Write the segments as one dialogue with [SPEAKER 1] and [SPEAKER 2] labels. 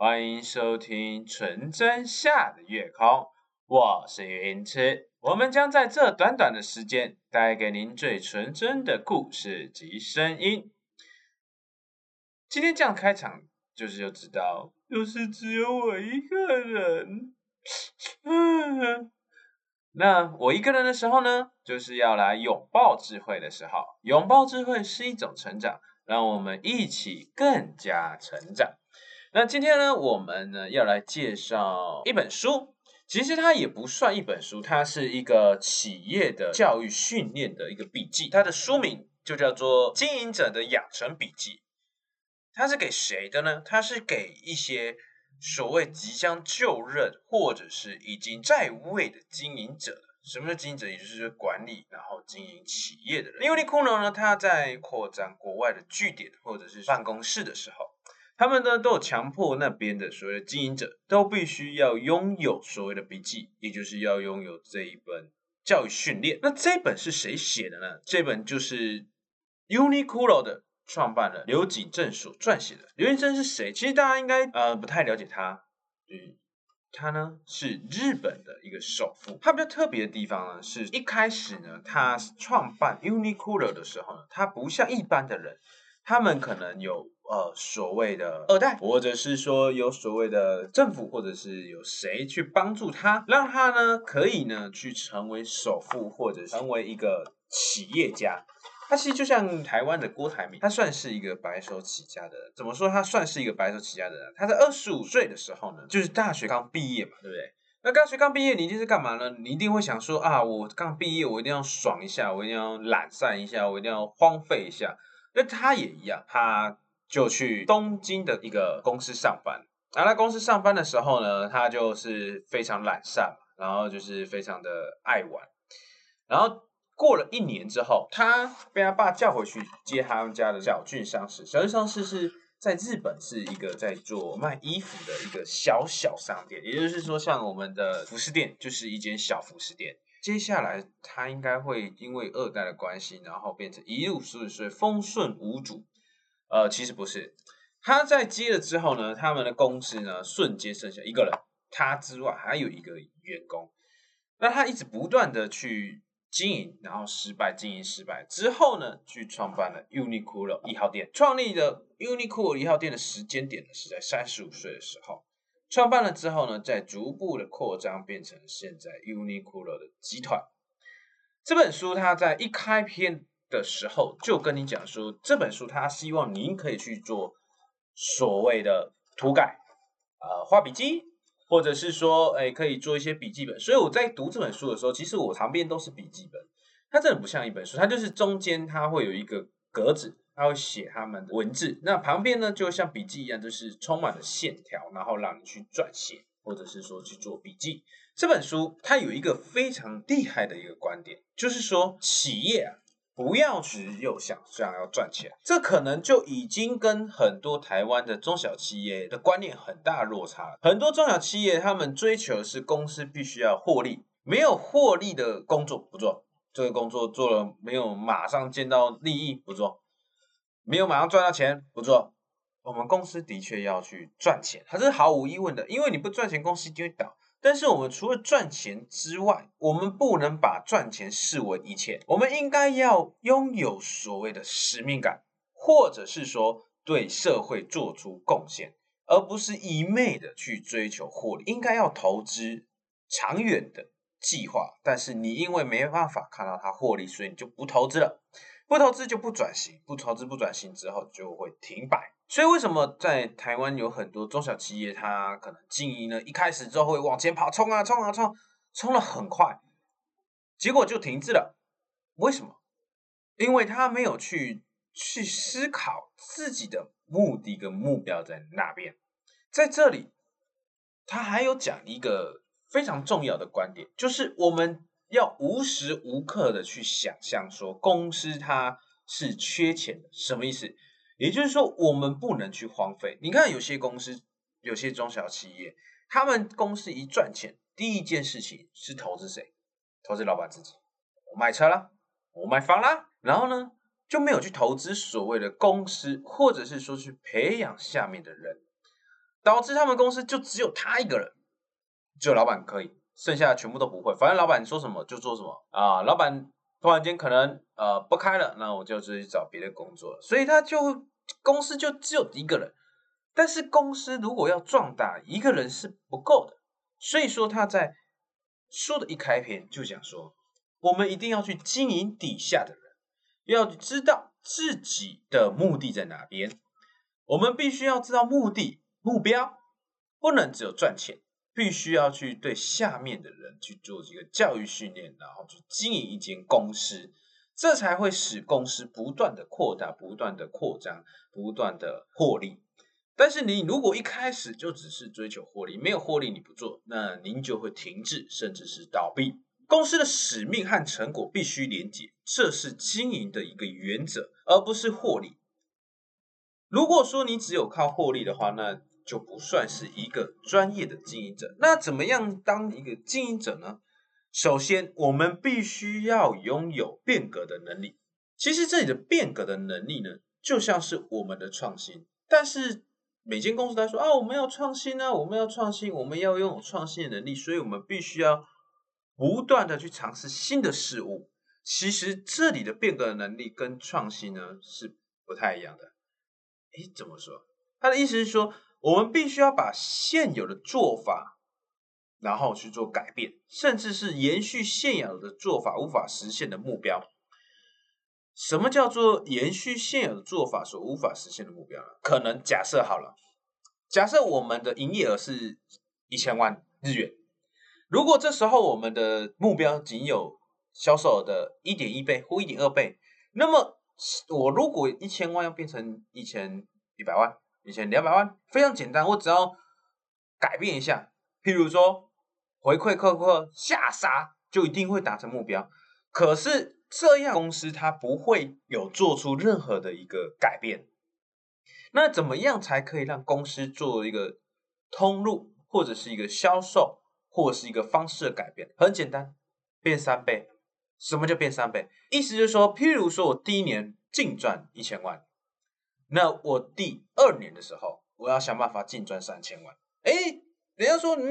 [SPEAKER 1] 欢迎收听纯真下的月空，我是云痴。我们将在这短短的时间带给您最纯真的故事及声音。今天这样开场，就知道，就是只有我一个人。那我一个人的时候呢，就是要来拥抱智慧的时候。拥抱智慧是一种成长，让我们一起更加成长。那今天呢，我们呢要来介绍一本书。其实它也不算一本书，它是一个企业的教育训练的一个笔记。它的书名就叫做《经营者的养成笔记》。它是给谁的呢？它是给一些所谓即将就任或者是已经在位的经营者的。什么是经营者？也就是管理然后经营企业的人。因为Uniqlo呢，它在扩张国外的据点或者是办公室的时候，他们呢都有强迫那边的所谓的经营者都必须要拥有所谓的笔记，也就是要拥有这一本教育训练。那这本是谁写的呢？这本就是 Uniqlo 的创办人刘景正所撰写的。刘景正是谁？其实大家应该不太了解他。他呢是日本的一个首富。他比较特别的地方呢，是一开始呢，他创办 Uniqlo 的时候呢，他不像一般的人，他们可能有所谓的二代，或者是说有所谓的政府，或者是有谁去帮助他，让他呢可以呢去成为首富，或者成为一个企业家。他其实就像台湾的郭台铭，他算是一个白手起家的人。怎么说他算是一个白手起家的人？他在25岁的时候呢，就是大学刚毕业嘛，对不对？那大学刚毕业，你一定是干嘛呢？你一定会想说啊，我刚毕业，我一定要爽一下，我一定要懒散一下，我一定要荒废一下。那他也一样，他就去东京的一个公司上班。然后在公司上班的时候呢，他就是非常懒散，然后就是非常的爱玩，然后过了1年之后，他被他爸叫回去接他们家的小俊商事。小俊商事是在日本是一个在做卖衣服的一个小商店，也就是说，像我们的服饰店就是一间小服饰店。接下来他应该会因为二代的关系，然后变成一路顺遂、风顺无阻。其实不是，他在接了之后呢，他们的公司呢瞬间剩下一个人，他之外还有一个员工。那他一直不断的去经营，然后经营失败之后呢，去创办了 Uniqlo 1号店。创立的 Uniqlo 1号店的时间点呢，是在35岁的时候。创办了之后呢，再逐步的扩张，变成现在 Uniqlo 的集团。这本书它在一开篇的时候就跟你讲说，这本书它希望您可以去做所谓的涂改，画笔记，或者是说，可以做一些笔记本。所以我在读这本书的时候，其实我旁边都是笔记本。它真的不像一本书，它就是中间它会有一个格子，它会写他们的文字。那旁边呢，就像笔记一样，就是充满了线条，然后让你去撰写，或者是说去做笔记。这本书它有一个非常厉害的一个观点，就是说企业不要只有想要赚钱，这可能就已经跟很多台湾的中小企业的观念很大落差了。很多中小企业他们追求的是公司必须要获利，没有获利的工作不做，这个工作做了没有马上见到利益不做，没有马上赚到钱不做。我们公司的确要去赚钱，它是毫无疑问的，因为你不赚钱，公司就会倒。但是我们除了赚钱之外，我们不能把赚钱视为一切，我们应该要拥有所谓的使命感，或者是说对社会做出贡献，而不是一昧的去追求获利。应该要投资长远的计划，但是你因为没办法看到它获利，所以你就不投资了。不投资就不转型，不投资不转型之后就会停摆。所以为什么在台湾有很多中小企业，它可能经营呢，一开始之后会往前跑，冲啊冲啊冲，冲了很快，结果就停滞了。为什么？因为他没有去思考自己的目的跟目标在那边。在这里，他还有讲一个非常重要的观点，就是我们要无时无刻的去想象说公司它是缺钱的。什么意思？也就是说我们不能去荒废。你看有些公司，有些中小企业，他们公司一赚钱，第一件事情是投资谁？投资老板自己。我卖车啦，我卖房啦，然后呢就没有去投资所谓的公司，或者是说去培养下面的人。 导致他们公司就只有他一个人，只有老板可以，剩下的全部都不会。反正老板说什么就做什么啊。老板突然间可能不开了，那我就直接找别的工作了，所以公司就只有一个人。但是公司如果要壮大，一个人是不够的，所以说他在书的一开篇就讲说，我们一定要去经营底下的人，要知道自己的目的在哪边。我们必须要知道目标，不能只有赚钱，必须要去对下面的人去做这个教育训练，然后去经营一间公司，这才会使公司不断的扩大、不断的扩张、不断的获利。但是你如果一开始就只是追求获利，没有获利你不做，那您就会停滞，甚至是倒闭。公司的使命和成果必须连结，这是经营的一个原则，而不是获利。如果说你只有靠获利的话，那就不算是一个专业的经营者。那怎么样当一个经营者呢？首先，我们必须要拥有变革的能力。其实这里的变革的能力呢，就像是我们的创新。但是每间公司都说我们要创新啊，我们要创新，我们要拥有创新的能力，所以我们必须要不断的去尝试新的事物。其实这里的变革的能力跟创新呢是不太一样的。怎么说？他的意思是说，我们必须要把现有的做法，然后去做改变，甚至是延续现有的做法无法实现的目标。什么叫做延续现有的做法所无法实现的目标呢？可能假设好了，假设我们的营业额是1000万日元，如果这时候我们的目标仅有销售额的 1.1 倍或 1.2 倍，那么我如果1000万要变成1100万、1200万，非常简单，我只要改变一下，譬如说回馈客户下杀，就一定会达成目标。可是这样公司它不会有做出任何的一个改变。那怎么样才可以让公司做一个通路，或者是一个销售，或者是一个方式的改变？很简单，变3倍。什么叫变3倍？意思就是说，譬如说我第一年净赚1000万，那我第2年的时候，我要想办法净赚3000万。人家说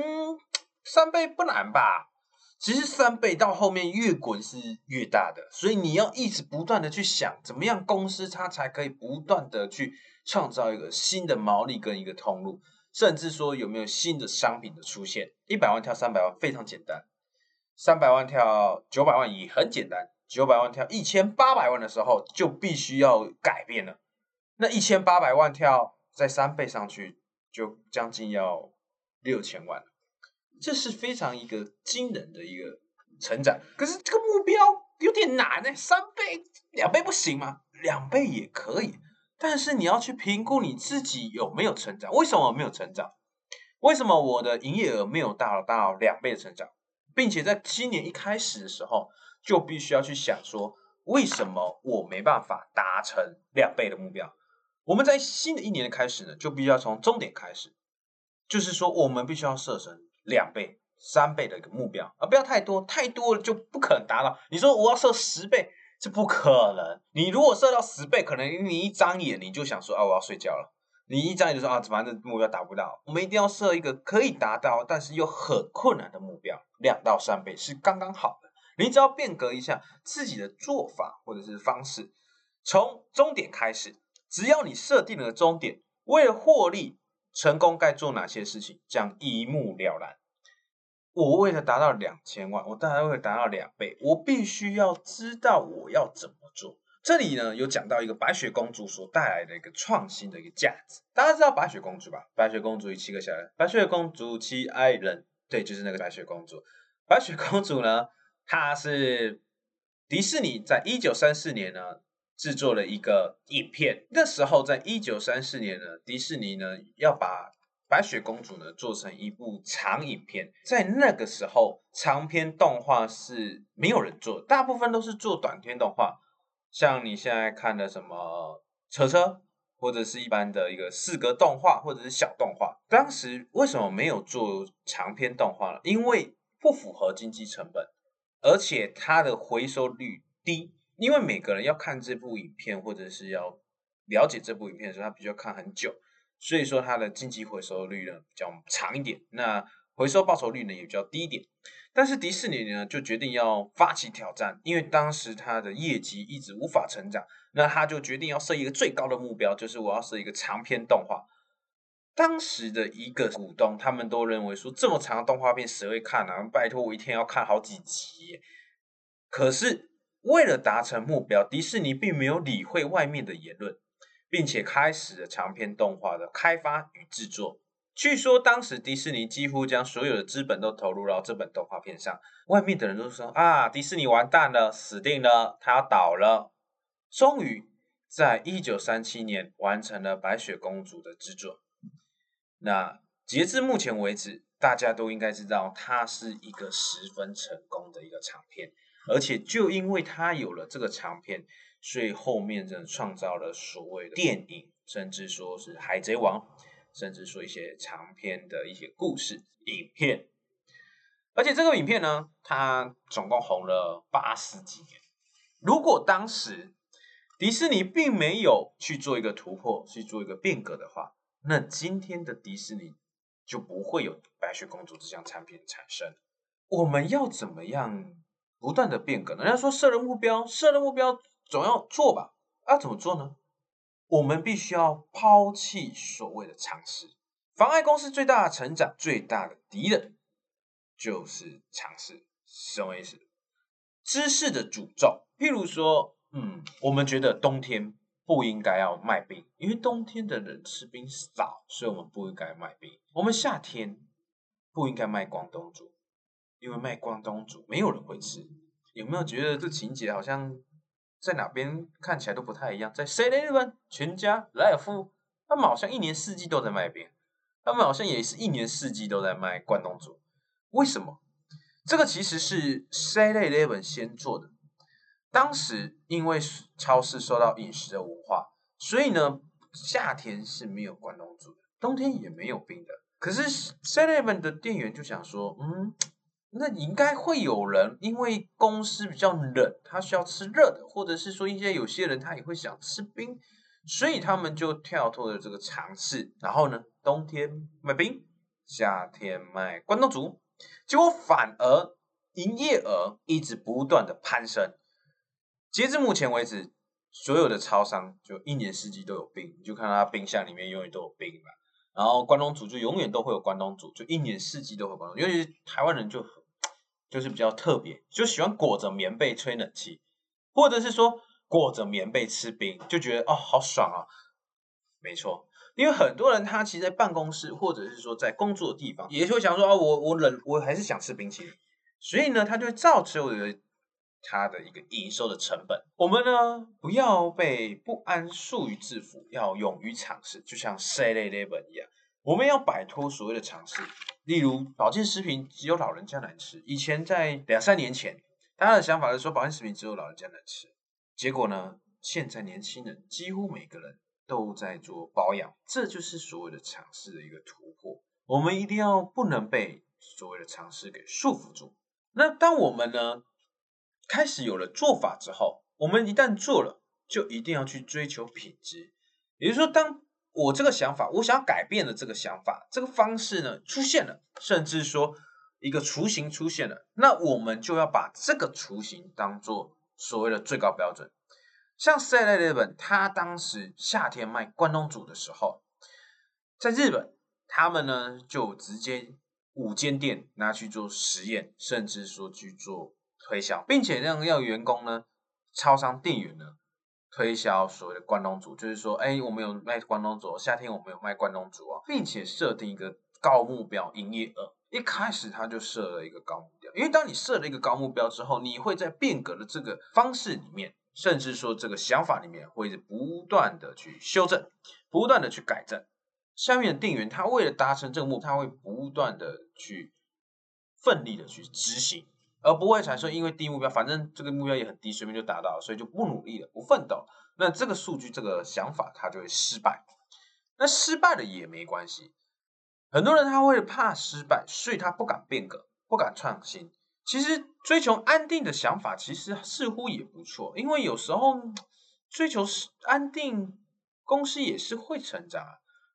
[SPEAKER 1] 3倍不难吧？其实3倍到后面越滚是越大的，所以你要一直不断的去想，怎么样公司它才可以不断的去创造一个新的毛利跟一个通路，甚至说有没有新的商品的出现。100万跳300万非常简单，300万跳900万也很简单，900万跳1800万的时候就必须要改变了。那1800万跳再3倍上去，就将近要6000万了。这是非常一个惊人的一个成长，可是这个目标有点难3倍、2倍不行吗？2倍也可以，但是你要去评估你自己有没有成长。为什么我没有成长？为什么我的营业额没有达到2倍的成长？并且在今年一开始的时候，就必须要去想说，为什么我没办法达成2倍的目标？我们在新的一年的开始呢，就必须要从终点开始，就是说我们必须要设成2倍、3倍的一个目标，不要太多，太多了就不可能达到。你说我要设10倍，这不可能。你如果设到10倍，可能你一张眼你就想说我要睡觉了。你一张眼就说反正目标达不到。我们一定要设一个可以达到，但是又很困难的目标，2到3倍是刚刚好的。你只要变革一下自己的做法或者是方式，从终点开始，只要你设定了终点，为了获利成功该做哪些事情，将一目了然。我为了达到2000万，我当然为了达到2倍，我必须要知道我要怎么做。这里呢有讲到一个白雪公主所带来的一个创新的一个价值。大家知道白雪公主吧？白雪公主与7个小人，白雪公主7爱人，对，就是那个白雪公主。白雪公主呢，她是迪士尼在1934年呢制作了一个影片。那时候在1934年呢，迪士尼呢要把白雪公主呢做成一部长影片。在那个时候，长篇动画是没有人做，大部分都是做短篇动画。像你现在看的什么车车，或者是一般的一个4格动画，或者是小动画。当时为什么没有做长篇动画呢？因为不符合经济成本，而且它的回收率低。因为每个人要看这部影片，或者是要了解这部影片的时候，他必须要看很久。 所以说它的经济回收率呢比较长一点，那回收报酬率呢也比较低一点。但是迪士尼呢就决定要发起挑战，因为当时它的业绩一直无法成长，那他就决定要设一个最高的目标，就是我要设一个长篇动画。当时的一个股东，他们都认为说这么长的动画片谁会看啊？拜托我一天要看好几集。可是为了达成目标，迪士尼并没有理会外面的言论，并且开始了长篇动画的开发与制作。据说当时迪士尼几乎将所有的资本都投入到这本动画片上，外面的人都说啊，迪士尼完蛋了，死定了，他要倒了。终于在1937年完成了白雪公主的制作。那截至目前为止，大家都应该知道它是一个十分成功的一个长片，而且就因为它有了这个长片，所以后面人创造了所谓的电影，甚至说是海贼王，甚至说一些长篇的一些故事影片。而且这个影片呢，它总共红了80几年。如果当时迪士尼并没有去做一个突破，去做一个变革的话，那今天的迪士尼就不会有白雪公主这项产品产生。我们要怎么样不断的变革呢？人家说设了目标总要做吧，怎么做呢？我们必须要抛弃所谓的常识，妨碍公司最大的成长，最大的敌人就是常识。什么意思？知识的诅咒。譬如说，我们觉得冬天不应该要卖冰，因为冬天的人吃冰少，所以我们不应该卖冰。我们夏天不应该卖关东煮，因为卖关东煮没有人会吃。有没有觉得这情节好像在哪边看起来都不太一样？在 7-Eleven、全家、莱尔富，他们好像一年四季都在卖冰，他们好像也是一年四季都在卖关东煮。为什么？这个其实是 7-Eleven 先做的。当时因为超市受到饮食的文化，所以呢，夏天是没有关东煮的，冬天也没有冰的。可是 7-Eleven 的店员就想说，那应该会有人因为公司比较冷，他需要吃热的，或者是说有些人他也会想吃冰，所以他们就跳脱了这个尝试，然后呢，冬天卖冰，夏天卖关东煮，结果反而营业额一直不断的攀升。截至目前为止，所有的超商就一年四季都有冰，你就看到它冰箱里面永远都有冰嘛。然后关东煮就永远都会有关东煮，就一年四季都会有关东煮。尤其是台湾人就是比较特别，就喜欢裹着棉被吹冷气，或者是说裹着棉被吃冰，就觉得好爽啊。没错，因为很多人他其实在办公室或者是说在工作的地方，也会想说我冷，我还是想吃冰淇淋，所以呢，他就会造成它的一个营收的成本。我们呢不要被不安束于制服，要勇于尝试，就像 7-Eleven 一样，我们要摆脱所谓的常识。例如保健食品只有老人家能吃，以前在2-3年前，大家的想法是说保健食品只有老人家能吃，结果呢，现在年轻人几乎每个人都在做保养，这就是所谓的常识的一个突破。我们一定要不能被所谓的常识给束缚住。那当我们呢开始有了做法之后，我们一旦做了，就一定要去追求品质。也就是说，当我这个想法，我想要改变的这个想法，这个方式呢出现了，甚至说一个雏形出现了，那我们就要把这个雏形当做所谓的最高标准。像 7-Eleven 他当时夏天卖关东煮的时候，在日本他们呢就直接5间店拿去做实验，甚至说去做推销，并且让员工呢超商店员呢推销所谓的关东煮，就是说我们有卖关东煮，夏天我们有卖关东煮并且设定一个高目标营业额。一开始他就设了一个高目标，因为当你设了一个高目标之后，你会在变革的这个方式里面，甚至说这个想法里面会不断的去修正，不断的去改正。下面的店员他为了达成这个目标，他会不断的去奋力的去执行，而不会产生因为低目标，反正这个目标也很低，随便就达到了，所以就不努力了，不奋斗。那这个数据这个想法它就会失败。那失败了也没关系，很多人他会怕失败，所以他不敢变革，不敢创新。其实追求安定的想法其实似乎也不错，因为有时候追求安定，公司也是会成长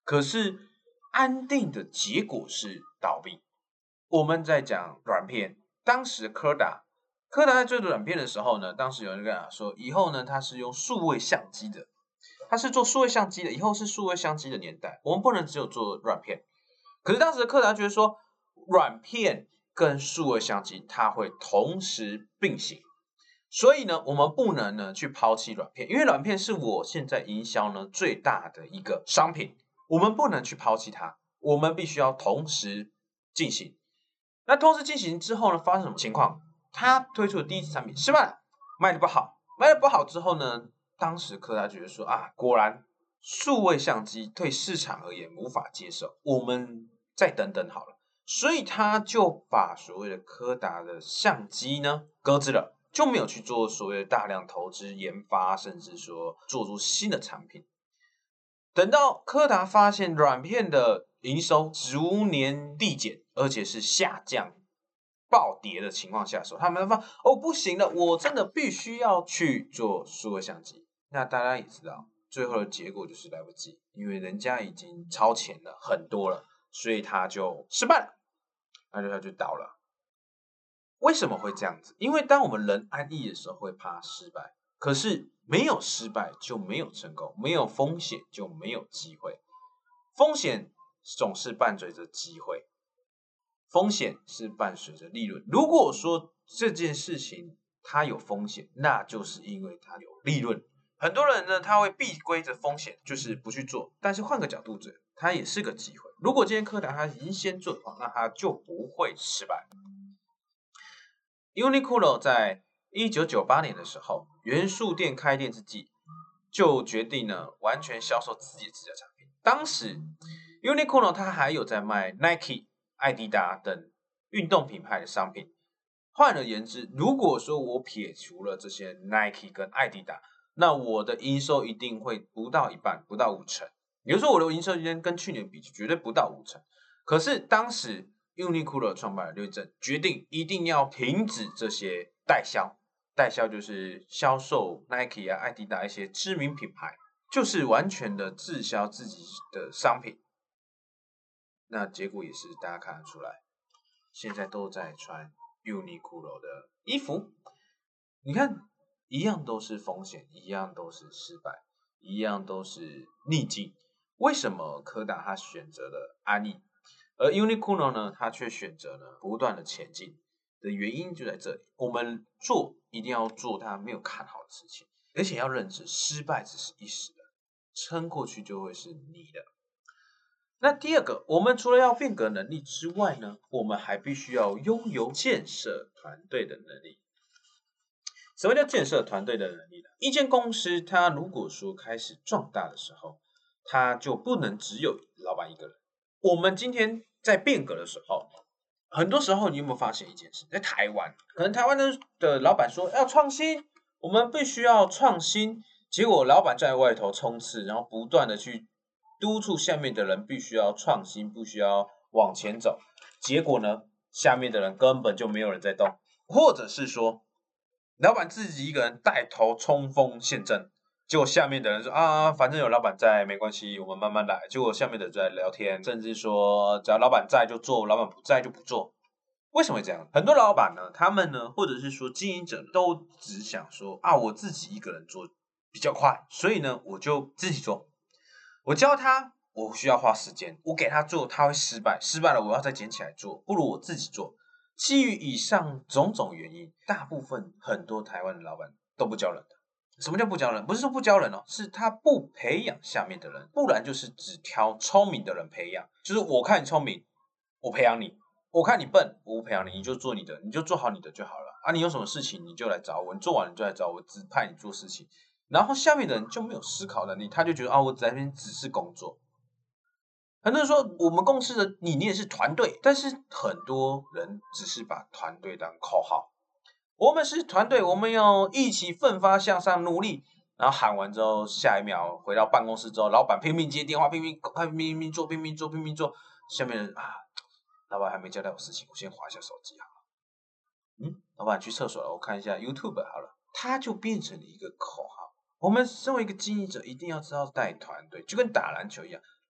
[SPEAKER 1] 可是安定的结果是倒闭。我们在讲软片，当时柯达在做软片的时候呢，当时有人跟他说，以后呢他是用数位相机的，他是做数位相机的，以后是数位相机的年代，我们不能只有做软片。可是当时的柯达觉得说，软片跟数位相机它会同时并行，所以呢，我们不能呢去抛弃软片，因为软片是我现在营销呢最大的一个商品，我们不能去抛弃它，我们必须要同时进行。那同时进行之后呢，发生什么情况？他推出的第一次产品失败了，卖的不好，卖的不好之后呢，当时柯达觉得说啊，果然数位相机对市场而言无法接受，我们再等等好了。所以他就把所谓的柯达的相机呢搁置了，就没有去做所谓的大量投资研发，甚至说做出新的产品。等到柯达发现软片的营收逐年递减，而且是下降暴跌的情况下的时候，他们发现哦不行了，我真的必须要去做数位相机。那大家也知道，最后的结果就是来不及，因为人家已经超前了很多了，所以他就失败了，那他就倒了。为什么会这样子？因为当我们人安逸的时候，会怕失败。可是没有失败就没有成功，没有风险就没有机会。风险总是伴随着机会，风险是伴随着利润。如果说这件事情它有风险，那就是因为它有利润。很多人呢，他会避规着风险，就是不去做。但是换个角度讲，它也是个机会。如果今天柯达他已经先做的话，那他就不会失败。Uniqlo 在1998年的时候，元素店开店之际，就决定呢完全销售自己的指甲产品。当时 Uniqlo 它还有在卖 Nike、艾迪达等运动品牌的商品。换而言之，如果说我撇除了这些 Nike 跟艾迪达，那我的营收一定会不到一半，不到50%。比如说我的营收跟去年比，绝对不到50%。可是当时Uniqlo 创办人刘义正决定一定要停止这些代销，代销就是销售 Nike 啊、艾迪达一些知名品牌，就是完全的滞销自己的商品。那结果也是大家看得出来，现在都在穿 Uniqlo 的衣服，你看一样都是风险，一样都是失败，一样都是逆境。为什么柯达他选择了安逸？而 Uniqlo 呢，它却选择了不断的前进的原因就在这里。我们做一定要做它没有看好的事情，而且要认知失败只是一时的，撑过去就会是你的。那第二个，我们除了要变革能力之外呢，我们还必须要拥有建设团队的能力。什么叫建设团队的能力呢？一间公司它如果说开始壮大的时候，它就不能只有老板一个人。我们今天在变革的时候，很多时候你有没有发现一件事？在台湾，可能台湾的老板说要创新，我们必须要创新，结果老板在外头冲刺，然后不断的去督促下面的人必须要创新，必须要往前走。结果呢，下面的人根本就没有人在动，或者是说，老板自己一个人带头冲锋陷阵。结果下面的人说啊，反正有老板在，没关系，我们慢慢来。结果下面的人在聊天，甚至说只要老板在就做，老板不在就不做。为什么会这样？很多老板呢，他们呢，或者是说经营者都只想说啊，我自己一个人做比较快，所以呢，我就自己做。我教他，我需要花时间，我给他做，他会失败，失败了我要再捡起来做，不如我自己做。基于以上种种原因，大部分很多台湾的老板都不教人的。什么叫不教人？不是说不教人哦，是他不培养下面的人，不然就是只挑聪明的人培养。就是我看你聪明，我培养你；我看你笨，我不培养你，你就做你的，你就做好你的就好了啊！你有什么事情你就来找我，你做完你就来找我，指派你做事情。然后下面的人就没有思考能力，他就觉得啊，我在那边只是工作。很多人说我们公司的理念是团队，但是很多人只是把团队当口号。我们是团队，我们要一起奋发向上努力。然后喊完之后，下一秒回到办公室之后，老板拼命接电话，拼命做，拼命做。下面人啊，老板还没交代我事情，我先滑一下手机好了。老板去厕所了，我看一下 YouTube 好了。它就变成了一个口号。我们身为一个经营者，一定要知道带团队，就跟打篮球一样。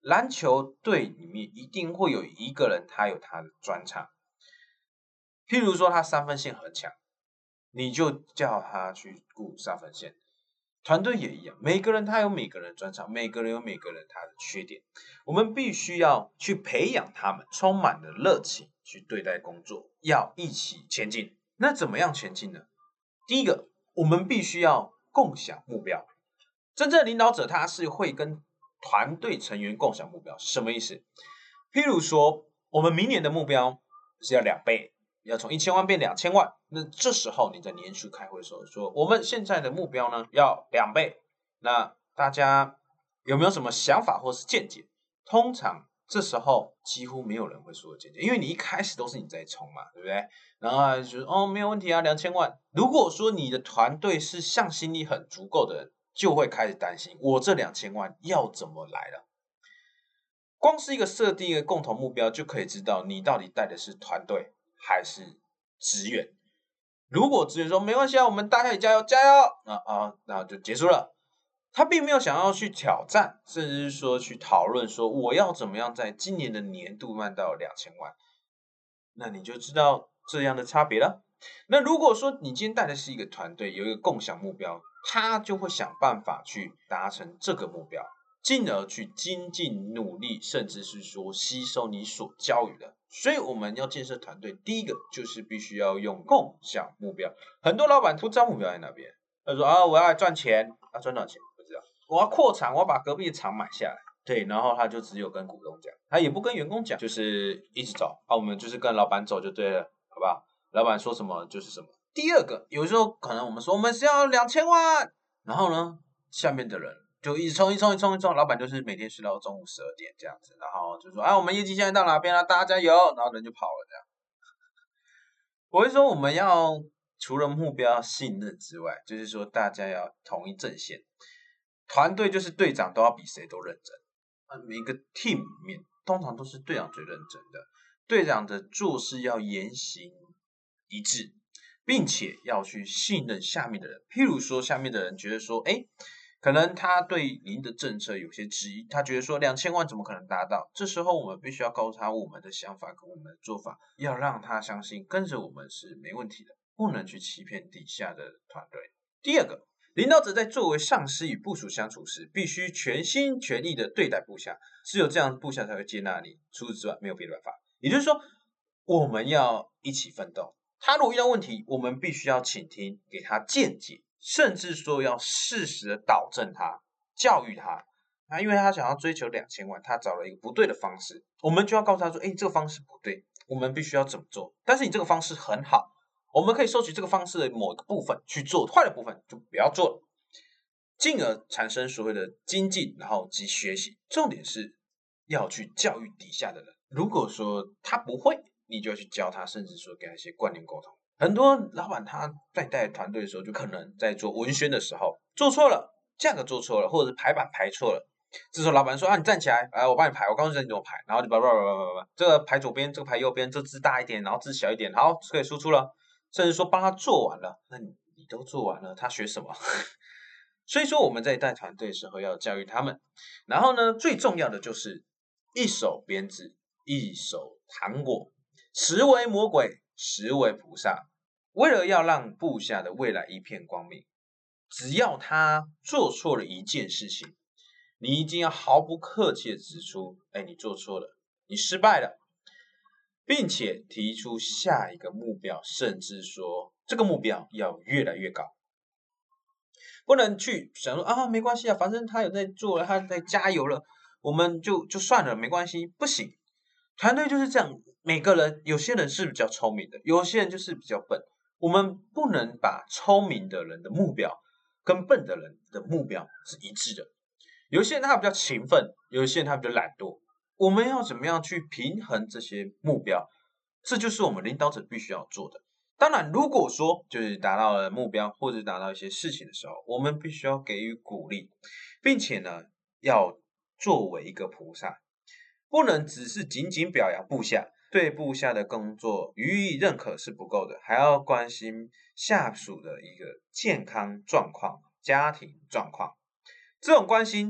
[SPEAKER 1] 篮球队里面一定会有一个人他有他的专长，譬如说他三分线很强，你就叫他去顾三分线。团队也一样，每个人他有每个人的专长，每个人有每个人他的缺点，我们必须要去培养他们，充满了热情去对待工作，要一起前进。那怎么样前进呢？第一个，我们必须要共享目标。真正的领导者他是会跟团队成员共享目标，什么意思？譬如说，我们明年的目标是要2倍，要从1000万变2000万。那这时候你在年初开会的时候说，我们现在的目标呢要2倍。那大家有没有什么想法或是见解？通常这时候几乎没有人会说见解，因为你一开始都是你在冲嘛，对不对？然后就说没有问题啊，2000万。如果说你的团队是向心力很足够的人，就会开始担心，我这2000万要怎么来了？光是一个设定一个共同目标，就可以知道你到底带的是团队还是职员。如果职员说没关系啊，我们大家一起加油加油，那就结束了。他并没有想要去挑战，甚至是说去讨论说我要怎么样在今年的年度卖到2000万，那你就知道这样的差别了。那如果说你今天带的是一个团队，有一个共享目标，他就会想办法去达成这个目标，进而去精进努力，甚至是说吸收你所教育的。所以我们要建设团队，第一个就是必须要用共享目标。很多老板不知道目标在哪边，他说我要来赚钱，赚多少钱不知道，我要扩厂，我要把隔壁的厂买下来。对，然后他就只有跟股东讲，他也不跟员工讲，就是一直走我们就是跟老板走就对了，好不好？老板说什么就是什么。第二个，有时候可能我们说我们是要2000万，然后呢，下面的人就一直冲，老板就是每天睡到中午12点这样子，然后就说我们业绩现在到哪边了，大家加油，然后人就跑了这样。我会说我们要除了目标信任之外，就是说大家要同一阵线，团队就是队长都要比谁都认真。每一个 team 里面通常都是队长最认真的，队长的做事要言行一致，并且要去信任下面的人。譬如说下面的人觉得说可能他对您的政策有些质疑，他觉得说2000万怎么可能达到？这时候我们必须要告诉他我们的想法跟我们的做法，要让他相信跟着我们是没问题的，不能去欺骗底下的团队。第二个，领导者在作为上司与部属相处时，必须全心全意的对待部下，只有这样部下才会接纳你，除此之外没有别的办法。也就是说，我们要一起奋斗。他如果遇到问题，我们必须要倾听，给他见解，甚至说要适时的导正他，教育他。因为他想要追求2000万，他找了一个不对的方式，我们就要告诉他说，这个方式不对，我们必须要怎么做。但是你这个方式很好，我们可以收取这个方式的某一个部分去做，坏的部分就不要做了，进而产生所谓的精进，然后及学习。重点是要去教育底下的人。如果说他不会，你就要去教他，甚至说给他一些观念沟通。很多老板他在带团队的时候，就可能在做文宣的时候做错了，价格做错了，或者是排版排错了。这时候老板说你站起来，我帮你排，我告诉你怎么排，然后就这个排左边，这个排右边，这字大一点，然后字小一点，好，可以输出了。甚至说帮他做完了，那你都做完了，他学什么？所以说我们在带团队的时候要教育他们，然后呢，最重要的就是一手鞭子，一手糖果，实为魔鬼，实为菩萨。为了要让部下的未来一片光明，只要他做错了一件事情，你一定要毫不客气的指出，你做错了，你失败了，并且提出下一个目标，甚至说这个目标要越来越高。不能去想说没关系啊，反正他有在做了，他在加油了，我们就算了，没关系。不行，团队就是这样，每个人有些人是比较聪明的，有些人就是比较笨。我们不能把聪明的人的目标跟笨的人的目标是一致的。有些人他比较勤奋，有些人他比较懒惰。我们要怎么样去平衡这些目标？这就是我们领导者必须要做的。当然，如果说就是达到了目标或者达到一些事情的时候，我们必须要给予鼓励，并且呢，要作为一个菩萨，不能只是仅仅表扬部下，对部下的工作予以认可是不够的，还要关心下属的一个健康状况、家庭状况。这种关心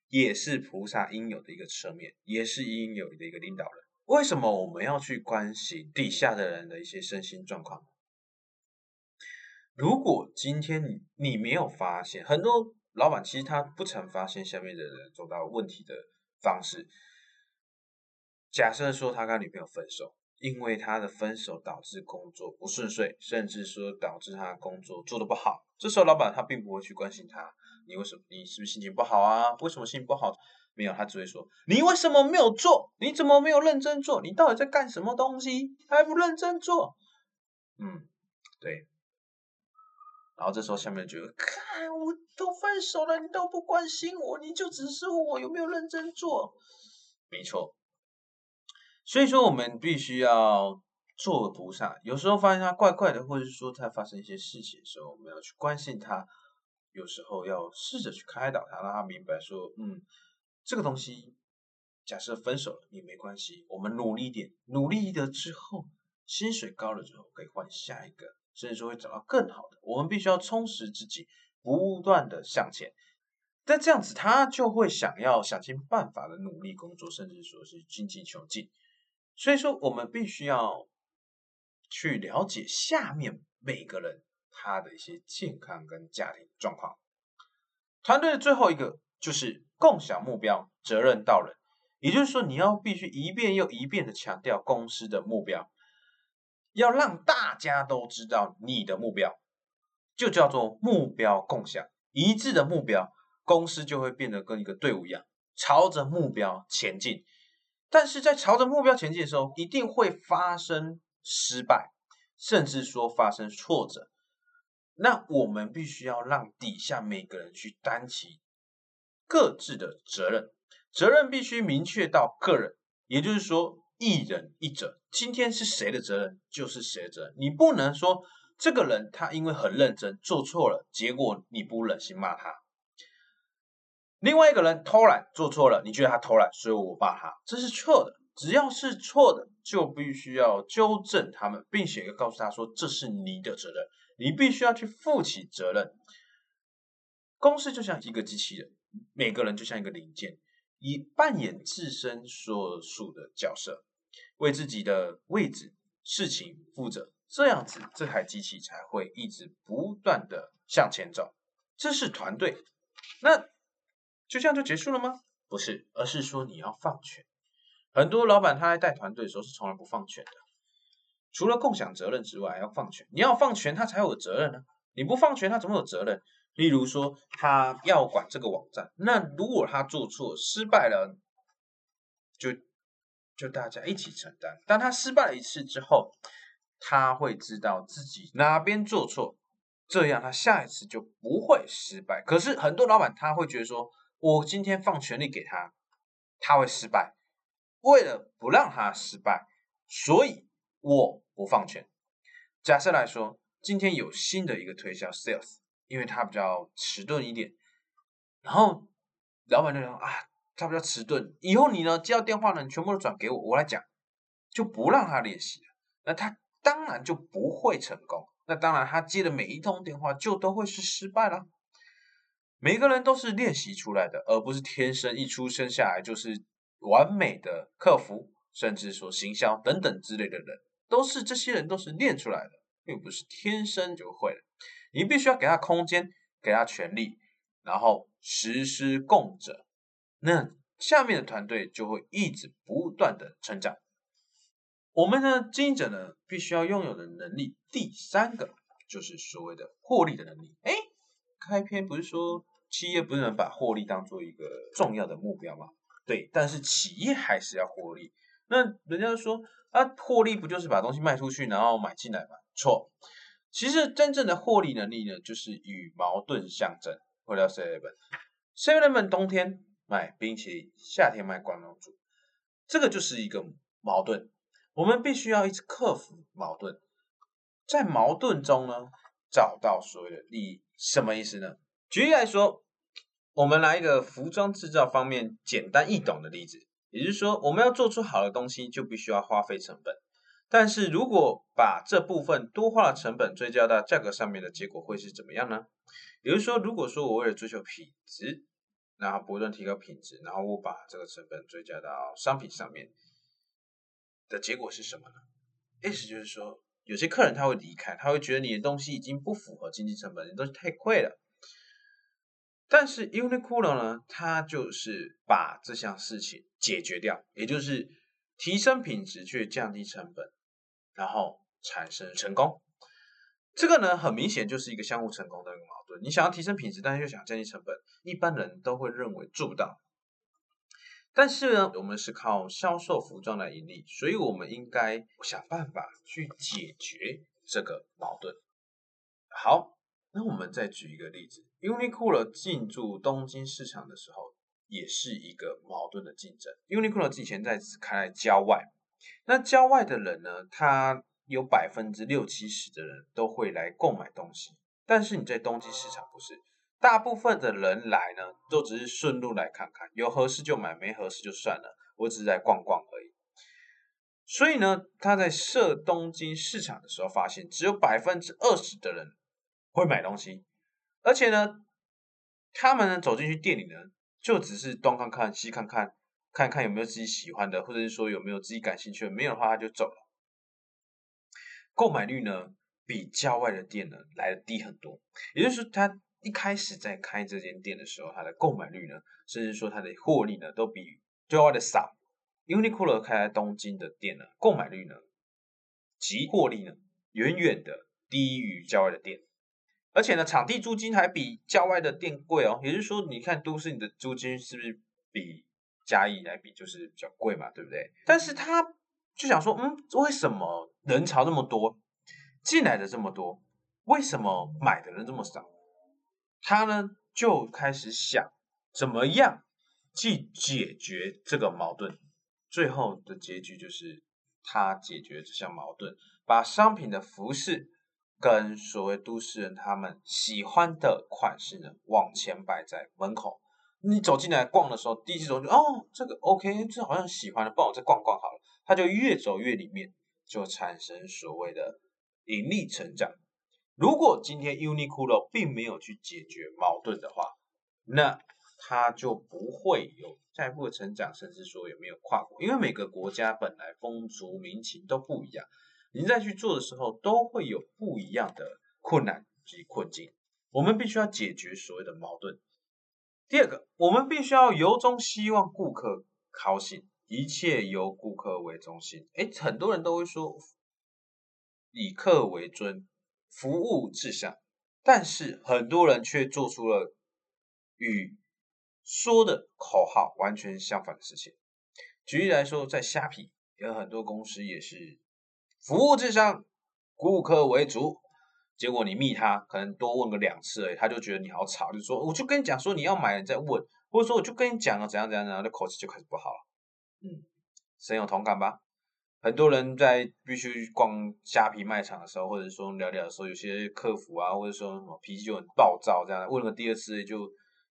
[SPEAKER 1] 也是菩萨应有的一个侧面，也是应有的一个领导人。为什么我们要去关心底下的人的一些身心状况？如果今天你没有发现，很多老板其实他不曾发现下面的人走到问题的方式。假设说他跟女朋友分手，因为他的分手导致工作不顺遂，甚至说导致他工作做得不好，这时候老板他并不会去关心他，你为什么？你是不是心情不好啊？为什么心情不好？没有，他只会说你为什么没有做？你怎么没有认真做？你到底在干什么东西？还不认真做？对。然后这时候下面觉得，看我都分手了，你都不关心我，你就只是我有没有认真做？没错。所以说我们必须要做菩萨，有时候发现他怪怪的，或者是说他发生一些事情的时候，我们要去关心他，有时候要试着去开导他，让他明白说，这个东西假设分手了也没关系，我们努力一点，努力了之后，薪水高了之后可以换下一个，甚至说会找到更好的。我们必须要充实自己，不断的向前。但这样子，他就会想尽办法的努力工作，甚至说是精进求进。所以说，我们必须要去了解下面每个人他的一些健康跟家庭状况。团队的最后一个就是共享目标，责任到人。也就是说，你要必须一遍又一遍的强调公司的目标，要让大家都知道你的目标，就叫做目标共享，一致的目标，公司就会变得跟一个队伍一样，朝着目标前进。但是在朝着目标前进的时候，一定会发生失败，甚至说发生挫折。那我们必须要让底下每个人去担起各自的责任，责任必须明确到个人，也就是说一人一责。今天是谁的责任，就是谁的责任。你不能说这个人他因为很认真做错了，结果你不忍心骂他。另外一个人偷懒做错了，你觉得他偷懒，所以我骂他，这是错的。只要是错的，就必须要纠正他们，并且告诉他说这是你的责任，你必须要去负起责任。公司就像一个机器人，每个人就像一个零件，以扮演自身所属的角色，为自己的位置、事情负责，这样子这台机器才会一直不断的向前走。这是团队。那就这样就结束了吗？不是，而是说你要放权。很多老板他在带团队的时候是从来不放权的，除了共享责任之外，还要放权。你要放权，他才有责任呢。你不放权，他怎么有责任？例如说，他要管这个网站，那如果他做错、失败了，就大家一起承担。当他失败了一次之后，他会知道自己哪边做错，这样他下一次就不会失败。可是很多老板他会觉得说，我今天放权力给他，他会失败。为了不让他失败，所以我不放权。假设来说，今天有新的一个推销 sales， 因为他比较迟钝一点，然后老板就说啊，他比较迟钝，以后你呢接到电话呢，你全部都转给我，我来讲，就不让他练习了。那他当然就不会成功。那当然，他接的每一通电话就都会是失败了。每个人都是练习出来的，而不是天生一出生下来就是完美的客服，甚至说行销等等之类的人，这些人都是练出来的，并不是天生就会的。你必须要给他空间，给他权利，然后实施共者，那下面的团队就会一直不断的成长。我们呢，经营者呢，必须要拥有的能力，第三个就是所谓的获利的能力。开篇不是说企业不能把获利当做一个重要的目标吗？对，但是企业还是要获利。那人家说啊，获利不就是把东西卖出去，然后买进来吗？错，其实真正的获利能力呢，就是与矛盾相争。回到 7-Eleven 冬天卖冰淇淋，夏天卖关东煮，这个就是一个矛盾。我们必须要一直克服矛盾，在矛盾中呢，找到所谓的利益。什么意思呢？举例来说，我们来一个服装制造方面简单易懂的例子，也就是说，我们要做出好的东西，就必须要花费成本。但是如果把这部分多花的成本追加到价格上面的结果会是怎么样呢？也就是说，如果说我为了追求品质， 然后不断提高品质，然后我把这个成本追加到商品上面的结果是什么呢？意思就是说，有些客人他会离开，他会觉得你的东西已经不符合经济成本，你的东西太贵了。但是 Uniqlo 呢，它就是把这项事情解决掉，也就是提升品质却降低成本，然后产生成功。这个呢，很明显就是一个相互成功的一个矛盾。你想要提升品质，但是又想降低成本，一般人都会认为做不到。但是呢，我们是靠销售服装来盈利，所以我们应该想办法去解决这个矛盾。好，那我们再举一个例子 ，Uniqlo 进驻东京市场的时候，也是一个矛盾的竞争。Uniqlo 以前在开在郊外，那郊外的人呢，他有60%-70%的人都会来购买东西，但是你在东京市场不是，大部分的人来呢，都只是顺路来看看，有合适就买，没合适就算了，我只是来逛逛而已。所以呢，他在设东京市场的时候，发现只有20%的人会买东西，而且呢，他们呢走进去店里呢，就只是东看看西看看，看看有没有自己喜欢的，或者是说有没有自己感兴趣的，没有的话他就走了。购买率呢比郊外的店呢来的低很多，也就是说，他一开始在开这间店的时候，他的购买率呢，甚至说他的获利呢，都比郊外的少。Uniqlo 开在东京的店呢，购买率呢及获利呢，远远的低于郊外的店。而且呢，场地租金还比郊外的店贵哦。也就是说，你看都市你的租金是不是比嘉义来比就是比较贵嘛，对不对？但是他就想说，为什么人潮这么多，进来的这么多，为什么买的人这么少？他呢就开始想怎么样去解决这个矛盾。最后的结局就是他解决这项矛盾，把商品的服饰跟所谓都市人他们喜欢的款式呢往前摆在门口。你走进来逛的时候，第一次走就这个 OK， 这好像喜欢的，帮我再逛逛好了。他就越走越里面，就产生所谓的盈利成长。如果今天 Uniqlo 并没有去解决矛盾的话，那它就不会有下一步的成长，甚至说有没有跨国，因为每个国家本来风俗民情都不一样，您在去做的时候都会有不一样的困难及困境，我们必须要解决所谓的矛盾。第二个，我们必须要由衷希望顾客高兴，一切由顾客为中心。很多人都会说以客为尊，服务至上，但是很多人却做出了与说的口号完全相反的事情。举例来说，在虾皮也有很多公司也是服务至上，顾客为主，结果你密他可能多问个2次而已，他就觉得你好吵，就说我就跟你讲说你要买你再问，或者说我就跟你讲了怎样怎样怎样，的口气就开始不好了。深有同感吧？很多人在必须逛虾皮卖场的时候，或者说聊聊的时候，有些客服啊，或者说什么脾气就很暴躁，这样问了第2次就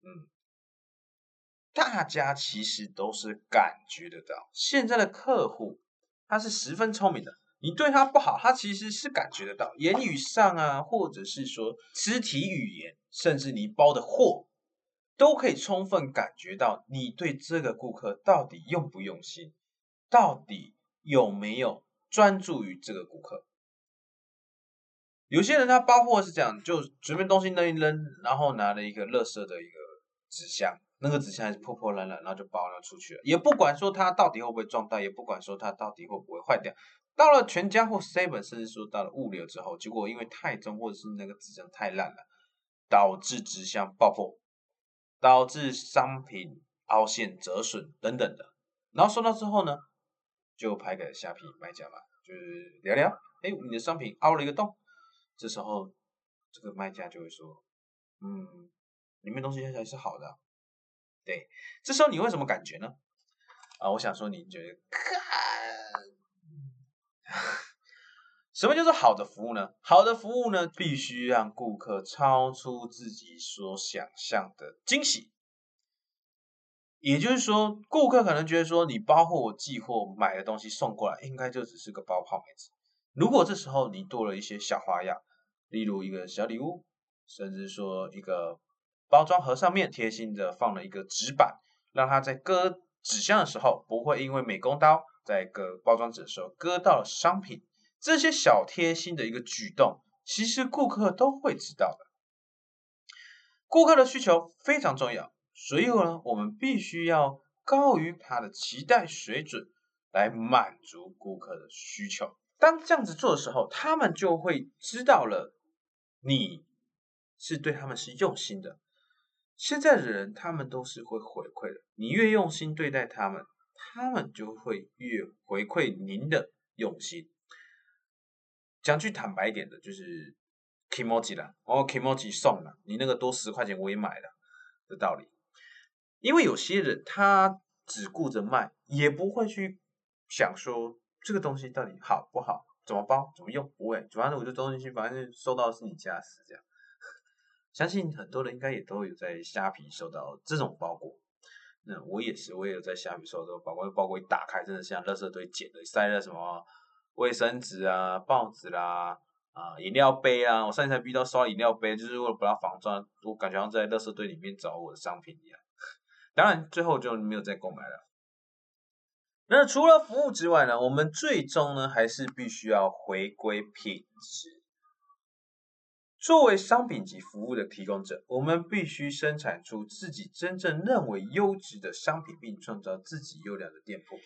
[SPEAKER 1] 大家其实都是感觉得到，现在的客户他是十分聪明的，你对他不好，他其实是感觉得到，言语上啊，或者是说肢体语言，甚至你包的货，都可以充分感觉到你对这个顾客到底用不用心，到底有没有专注于这个顾客。有些人他包货是这样，就随便东西扔一扔，然后拿了一个垃圾的一个纸箱，那个纸箱还是破破烂烂，然后就包了出去了，也不管说它到底会不会撞到，也不管说它到底会不会坏掉。到了全家或 Seven， 甚至说到了物流之后，结果因为太重或者是那个纸箱太烂了，导致纸箱爆破，导致商品凹陷、折损等等的。然后收到之后呢，就拍给虾皮卖家嘛，就是聊聊，你的商品凹了一个洞。这时候，这个卖家就会说，里面东西还是好的啊。对，这时候你会什么感觉呢？我想说，你觉得，什么叫做好的服务呢？好的服务呢，必须让顾客超出自己所想象的惊喜。也就是说，顾客可能觉得说，你包货、寄货买的东西送过来，应该就只是个包泡梅子。如果这时候你多了一些小花样，例如一个小礼物，甚至说一个包装盒上面贴心的放了一个纸板，让它在割纸箱的时候不会因为美工刀在割包装纸的时候割到了商品。这些小贴心的一个举动，其实顾客都会知道的。顾客的需求非常重要，所以呢，我们必须要高于他的期待水准，来满足顾客的需求。当这样子做的时候，他们就会知道了你是对他们是用心的。现在的人他们都是会回馈的，你越用心对待他们，他们就会越回馈您的用心。讲句坦白一点的，就是 Kimoji 啦，Kimoji 送啦，你那个多10块钱我也买了的道理。因为有些人他只顾着卖，也不会去想说这个东西到底好不好，怎么包，怎么用，不会，反正我就丢进去，反正收到的是你家的事这样。相信很多人应该也都有在虾皮收到这种包裹。那我也是，我也有在虾皮收到这种包裹，包裹一打开，真的像垃圾堆捡的，塞了什么卫生纸啊、报纸啦、饮料杯啊。我上次才遇到收到饮料杯，就是为了不要防撞，我感觉像在垃圾堆里面找我的商品一样。当然，最后就没有再购买了。那除了服务之外呢，我们最终呢还是必须要回归品质。作为商品及服务的提供者，我们必须生产出自己真正认为优质的商品，并创造自己优良的店铺。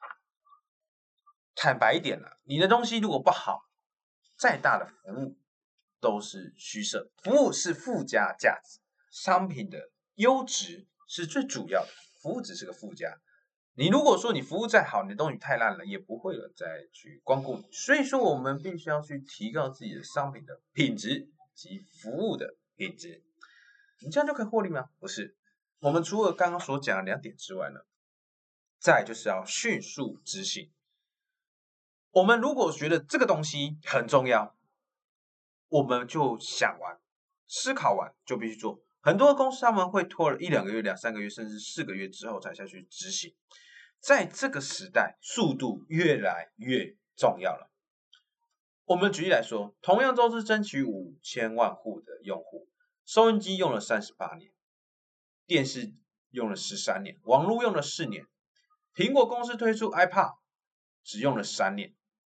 [SPEAKER 1] 坦白一点啦，你的东西如果不好，再大的服务都是虚设。服务是附加价值，商品的优质是最主要的，服务只是个附加。你如果说你服务再好，你的东西太烂了，也不会有人再去光顾你。所以说，我们必须要去提高自己的商品的品质及服务的品质。你这样就可以获利吗？不是。我们除了刚刚所讲的2点之外呢，再来就是要迅速执行。我们如果觉得这个东西很重要，我们就想完、思考完就必须做。很多公司他们会拖了1-2个月、2-3个月，甚至4个月之后才下去执行。在这个时代，速度越来越重要了。我们举例来说，同样都是争取5000万户的用户，收音机用了38年，电视用了13年，网络用了4年，苹果公司推出 iPad 只用了3年，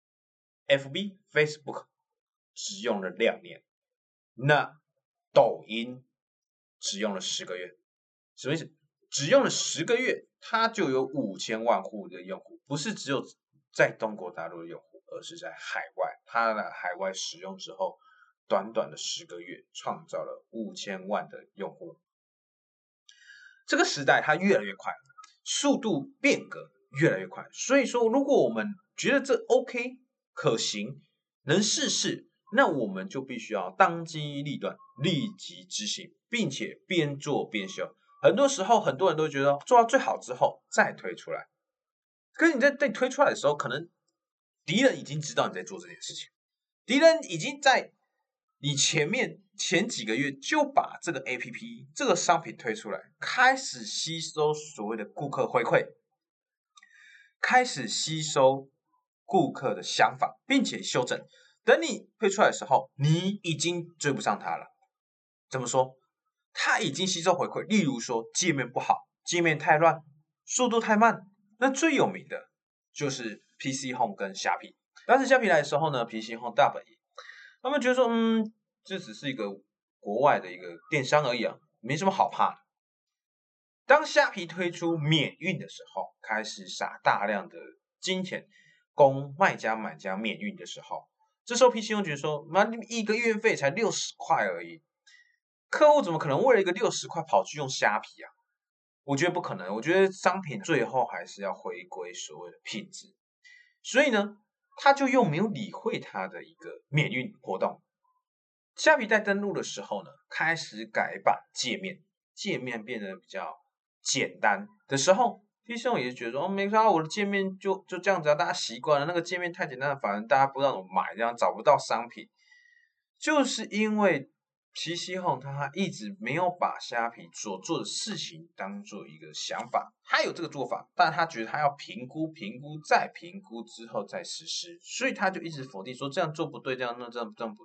[SPEAKER 1] FB、Facebook 只用了2年，那抖音只用了10个月。什么意思？只用了10个月，它就有5000万户的用户，不是只有在中国大陆的用户，而是在海外。它的海外使用之后，短短的10个月，创造了5000万的用户。这个时代它越来越快，速度变革越来越快。所以说，如果我们觉得这 OK 可行，能试试，那我们就必须要当机立断，立即执行，并且边做边修。很多时候，很多人都觉得做到最好之后再推出来，可是你在推出来的时候，可能敌人已经知道你在做这件事情，敌人已经在你前几个月就把这个 APP 这个商品推出来，开始吸收所谓的顾客回馈，开始吸收顾客的想法，并且修正。等你推出来的时候，你已经追不上它了。怎么说？他已经吸收回馈，例如说界面不好，界面太乱，速度太慢。那最有名的就是 PC Home 跟虾皮。当时虾皮来的时候呢 ，PC Home 大本营，他们觉得说，这只是一个国外的一个电商而已啊，没什么好怕的。当虾皮推出免运的时候，开始撒大量的金钱供卖家买家免运的时候，这时候 PC Home 觉得说，一个月费才60块而已。客户怎么可能为了一个60块跑去用虾皮啊？我觉得不可能。我觉得商品最后还是要回归所谓的品质。所以呢，他就又没有理会他的一个免运活动。虾皮在登录的时候呢，开始改版界面，界面变得比较简单的时候，PC Home也觉得说，没啥，我的界面就这样子啊，大家习惯了。那个界面太简单了，反正大家不知道怎么买，这样找不到商品，就是因为PC Home 他一直没有把虾皮所做的事情当做一个想法，他有这个做法，但他觉得他要评估再评估之后再实施，所以他就一直否定说这样做不对，这样不对。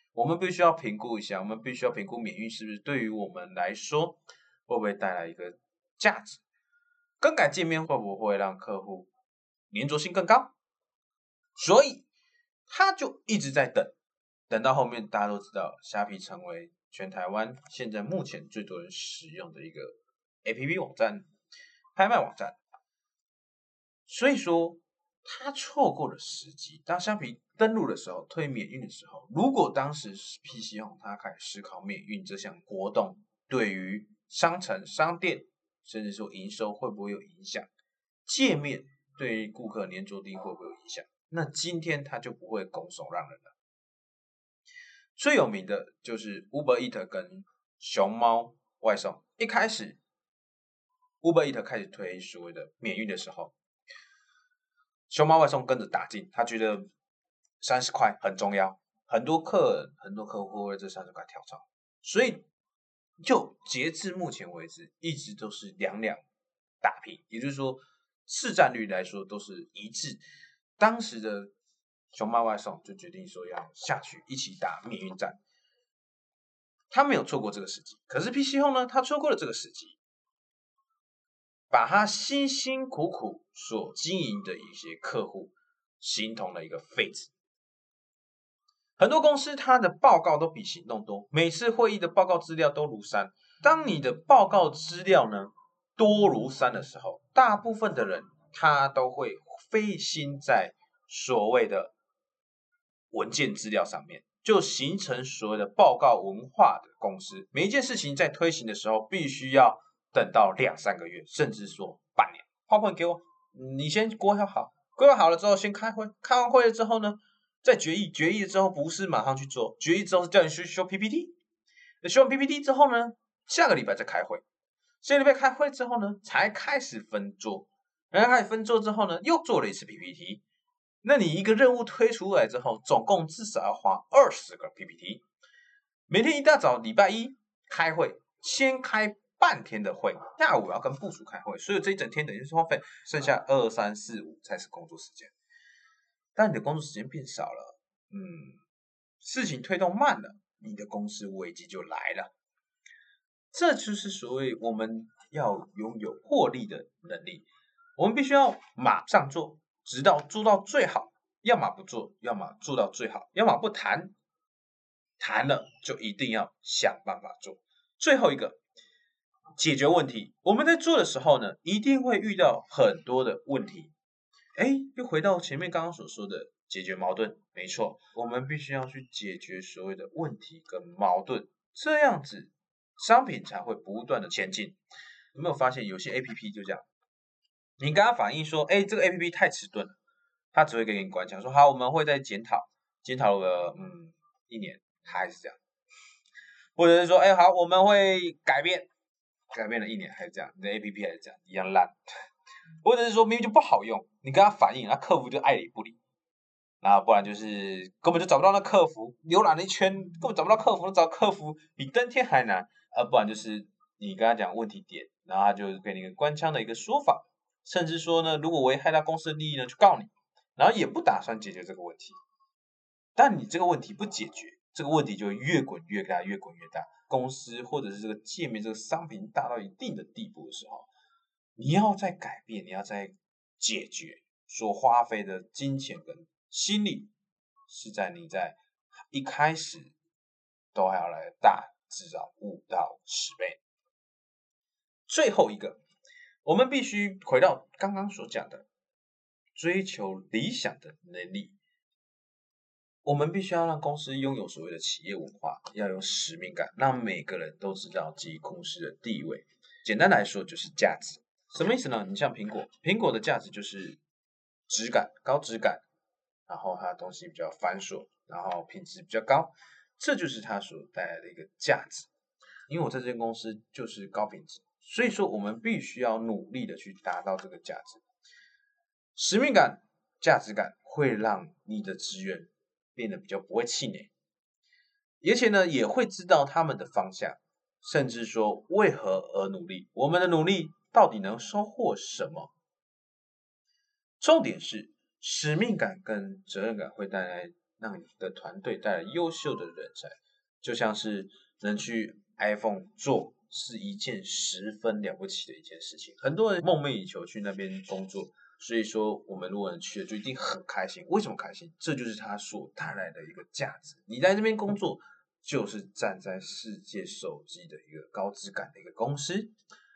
[SPEAKER 1] 我们必须要评估一下，我们必须要评估免运是不是对于我们来说会不会带来一个价值，更改界面会不会让客户粘着性更高，所以他就一直在等到后面大家都知道虾皮成为全台湾现在目前最多人使用的一个 APP 网站、拍卖网站，所以说他错过了时机。当虾皮登录的时候，推免运的时候，如果当时 PC 红他开始思考免运这项活动对于商城、商店，甚至说营收会不会有影响，界面对于顾客粘着力会不会有影响，那今天他就不会拱手让人了。最有名的就是 Uber Eats 跟熊猫外送。一开始 Uber Eats 开始推所谓的免运的时候，熊猫外送跟着打进，他觉得30块很重要，很多客户为这30块跳槽，所以就截至目前为止，一直都是两打平，也就是说市占率来说都是一致。当时的熊猫外送就决定说要下去一起打免运战，他没有错过这个时机，可是 PC Home 呢，他错过了这个时机，把他辛辛苦苦所经营的一些客户形同了一个废纸。很多公司它的报告都比行动多，每次会议的报告资料都如山。当你的报告资料呢多如山的时候，大部分的人他都会费心在所谓的文件资料上面，就形成所谓的报告文化的公司。每一件事情在推行的时候，必须要等到2-3个月，甚至说半年。PowerPoint给我，你先规划好，规划好了之后先开会，开完会了之后呢，再决议，决议了之后不是马上去做，决议之后是叫你去修 PPT， 修完 PPT 之后呢，下个礼拜再开会，下个礼拜开会之后呢，才开始分桌，然后开始分桌之后呢，又做了一次 PPT。那你一个任务推出来之后，总共至少要花20个 PPT。每天一大早礼拜一开会，先开半天的会，下午要跟部属开会，所以这一整天等于是荒废，剩下2、3、4、5才是工作时间。但你的工作时间变少了，事情推动慢了，你的公司危机就来了。这就是所谓我们要拥有获利的能力，我们必须要马上做，直到做到最好，要么不做，要么做到最好，要么不谈，谈了就一定要想办法做。最后一个，解决问题。我们在做的时候呢，一定会遇到很多的问题。又回到前面刚刚所说的解决矛盾，没错，我们必须要去解决所谓的问题跟矛盾，这样子商品才会不断的前进。有没有发现有些 APP 就这样，你跟他反映说，这个 APP 太迟钝了，他只会给你关枪，说好，我们会再检讨，检讨了1年，他还是这样，或者是说，好，我们会改变，改变了1年还是这样，你的 APP 还是这样一样烂，或者是说明明就不好用，你跟他反映，那客服就爱理不理，然后不然就是根本就找不到那客服，浏览了一圈根本找不到客服，找客服比登天还难，不然就是你跟他讲问题点，然后他就给你一个官腔的一个说法，甚至说呢，如果危害到公司的利益呢，就告你，然后也不打算解决这个问题。但你这个问题不解决，这个问题就会越滚越大，越滚越大。公司或者是这个界面、这个商品大到一定的地步的时候，你要再改变，你要再解决，所花费的金钱跟心力，是在你在一开始都还要来大至少5到10倍。最后一个，我们必须回到刚刚所讲的，追求理想的能力。我们必须要让公司拥有所谓的企业文化，要有使命感，让每个人都知道自己公司的地位。简单来说就是价值。什么意思呢？你像苹果，苹果的价值就是质感，高质感，然后它的东西比较繁琐，然后品质比较高，这就是它所带来的一个价值。因为我在这间公司就是高品质，所以说我们必须要努力的去达到这个价值。使命感、价值感会让你的职员变得比较不会气馁，而且呢也会知道他们的方向，甚至说为何而努力，我们的努力到底能收获什么。重点是使命感跟责任感会带来让你的团队带来优秀的人才，就像是能去 iPhone 做是一件十分了不起的一件事情，很多人梦寐以求去那边工作，所以说我们如果能去了就一定很开心。为什么开心？这就是它所带来的一个价值。你在这边工作就是站在世界手机的一个高质感的一个公司。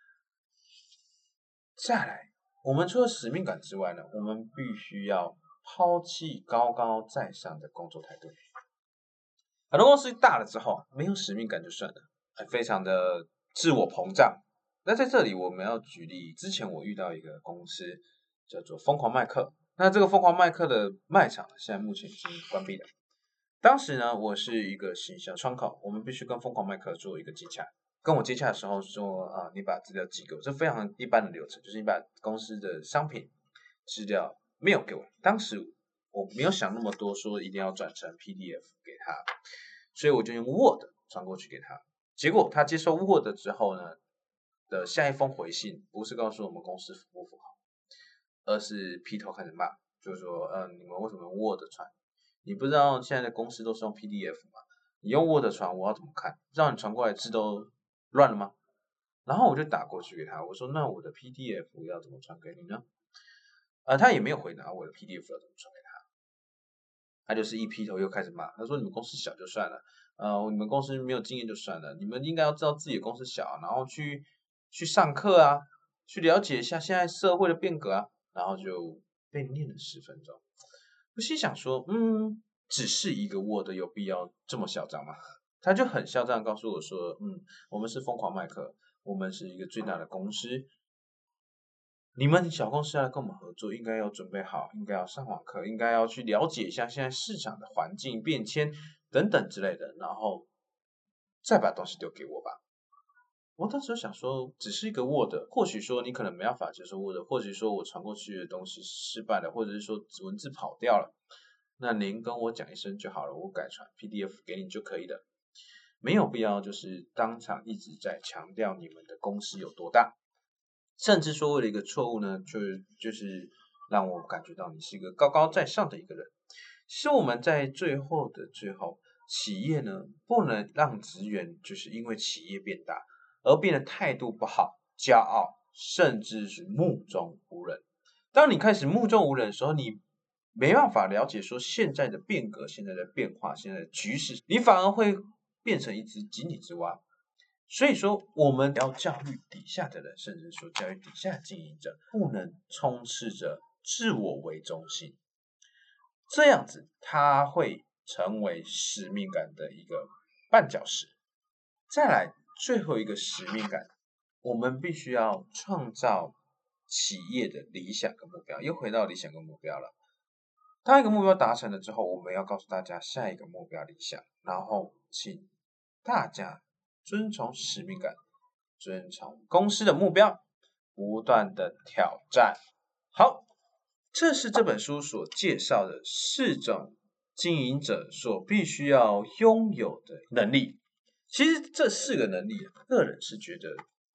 [SPEAKER 1] 再来，我们除了使命感之外呢，我们必须要抛弃高高在上的工作态度。很多公司大了之后，没有使命感就算了，非常的自我膨胀。那在这里我们要举例，之前我遇到一个公司叫做疯狂麦克，那这个疯狂麦克的卖场现在目前已经关闭了。当时呢，我是一个行销窗口，我们必须跟疯狂麦克做一个接洽。跟我接洽的时候说你把资料寄给我，这非常一般的流程，就是你把公司的商品资料没有给我。当时我没有想那么多，说一定要转成 PDF 给他，所以我就用 Word 传过去给他。结果他接受 Word 之后呢的下一封回信，不是告诉我们公司服务不好，而是劈头开始骂，就是说你们为什么用 Word 传？你不知道现在的公司都是用 PDF 吗？你用 Word 传，我要怎么看？让你传过来字都乱了吗？然后我就打过去给他，我说那我的 PDF 要怎么传给你呢？他也没有回答我的 PDF 要怎么传给他，他就是一劈头又开始骂，他说你们公司小就算了，你们公司没有经验就算了，你们应该要知道自己的公司小，然后去上课啊，去了解一下现在社会的变革啊，然后就被念了10分钟。我心想说，只是一个 Word 有必要这么嚣张吗？他就很嚣张告诉我说，我们是疯狂麦克，我们是一个最大的公司，你们小公司要来跟我们合作，应该要准备好，应该要上网课，应该要去了解一下现在市场的环境变迁等等之类的，然后再把东西丢给我吧。我当时就想说，只是一个 Word， 或许说你可能没办法接受 Word， 或许说我传过去的东西失败了，或者是说文字跑掉了，那您跟我讲一声就好了，我改传 PDF 给你就可以了，没有必要就是当场一直在强调你们的公司有多大。甚至说为了一个错误呢，就是让我感觉到你是一个高高在上的一个人。其实我们在最后的最后，企业呢不能让职员就是因为企业变大而变得态度不好、骄傲，甚至是目中无人。当你开始目中无人的时候，你没办法了解说现在的变革、现在的变化、现在的局势，你反而会变成一只井底之蛙。所以说，我们要教育底下的人，甚至说教育底下的经营者，不能充斥着自我为中心，这样子他会成为使命感的一个绊脚石。再来，最后一个使命感，我们必须要创造企业的理想跟目标，又回到理想跟目标了。当一个目标达成了之后，我们要告诉大家下一个目标理想，然后请大家遵从使命感，遵从公司的目标，不断的挑战。好，这是这本书所介绍的4种经营者所必须要拥有的能力。其实这4个能力，个人是觉得，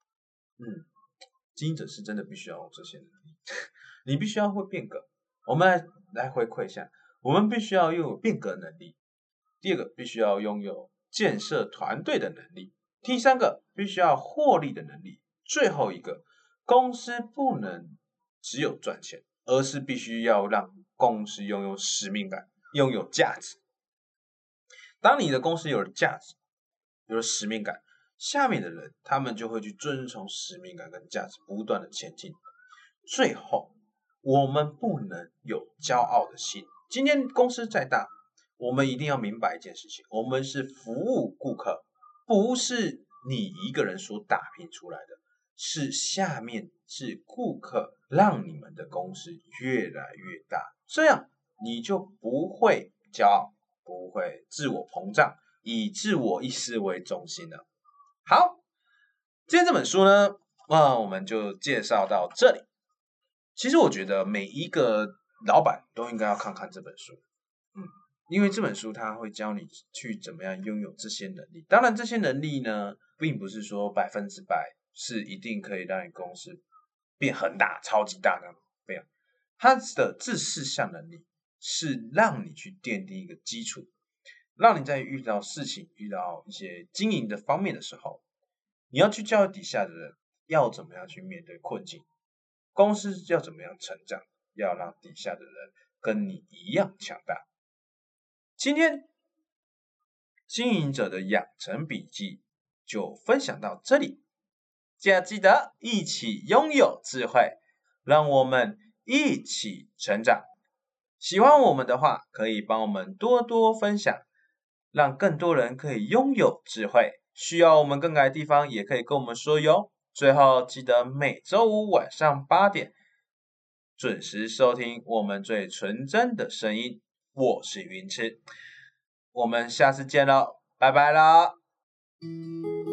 [SPEAKER 1] 经营者是真的必须要有这些能力。你必须要会变革。我们来回馈一下，我们必须要拥有变革能力。第2个，必须要拥有建设团队的能力。第3个，必须要获利的能力。最后一个，公司不能只有赚钱，而是必须要让公司拥有使命感，拥有价值。当你的公司有了价值，有了使命感，下面的人他们就会去遵从使命感跟价值，不断的前进。最后，我们不能有骄傲的心。今天公司再大，我们一定要明白一件事情，我们是服务顾客，不是你一个人所打拼出来的，是下面是顾客让你们的公司越来越大，这样你就不会骄傲，不会自我膨胀，以自我意识为中心了。好，今天这本书呢，我们就介绍到这里。其实我觉得每一个老板都应该要看看这本书，因为这本书它会教你去怎么样拥有这些能力。当然，这些能力呢，并不是说100%是一定可以让你公司变很大、超级大的，没有。它的这4项能力是让你去奠定一个基础，让你在遇到事情、遇到一些经营的方面的时候，你要去教育底下的人要怎么样去面对困境，公司要怎么样成长，要让底下的人跟你一样强大。今天经营者的养成笔记就分享到这里，记得一起拥有智慧，让我们一起成长。喜欢我们的话，可以帮我们多多分享，让更多人可以拥有智慧。需要我们更改的地方，也可以跟我们说哟。最后记得每周五晚上8点准时收听我们最纯真的声音。我是云痴，我们下次见喽，拜拜啦。